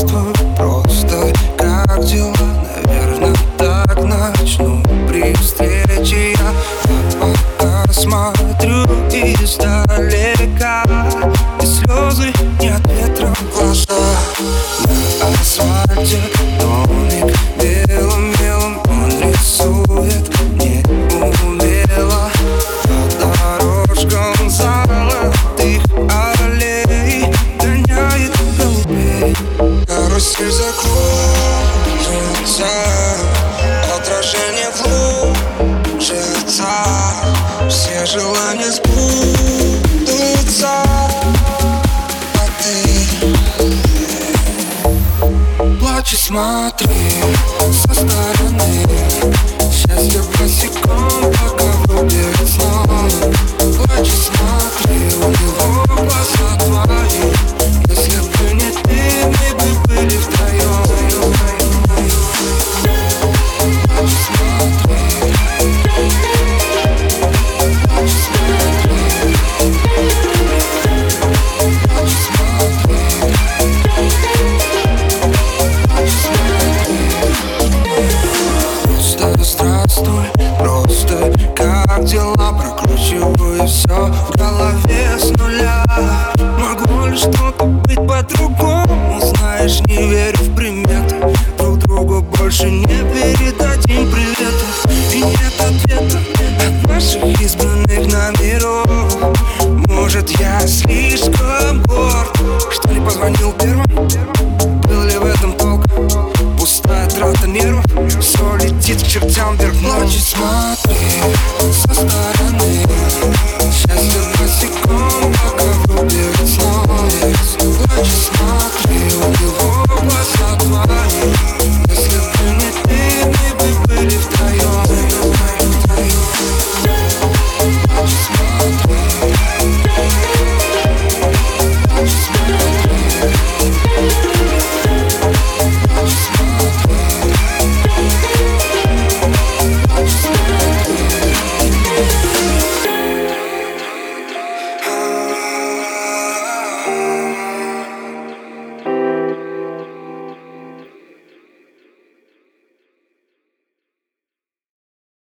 здравствуй, просто как дела? Наверное, так начну при встрече я. Пока смотрю издалека, и слезы не от ветра в глаза. На асфальте домик белым-белым он рисует неумело. По дорожкам золотых аллей гоняет голубей. Карусель закружится, отражение вложится, все желания сбудутся, а ты плачь и смотри со стороны. Счастье босиком, пока выберет снова. Плачь и смотри, у него глаза твои. Если бы не ты, мы бы были втроем. Плачь и смотри, плачь и смотри, плачь и смотри, плачь и смотри. Просто здравствуй, просто как дела? Прокручиваю все в голове с нуля. Могло ли что-то быть по-другому? Знаешь, не верю в приметы. Друг другу больше не передадим приветов. И нет ответа от наших избранных номеров. Может, я слишком горд, что не позвонил первым? Был ли в этом толк? Пустая трата нервов, все летит к чертям вверх. Ночи смотри со стороны.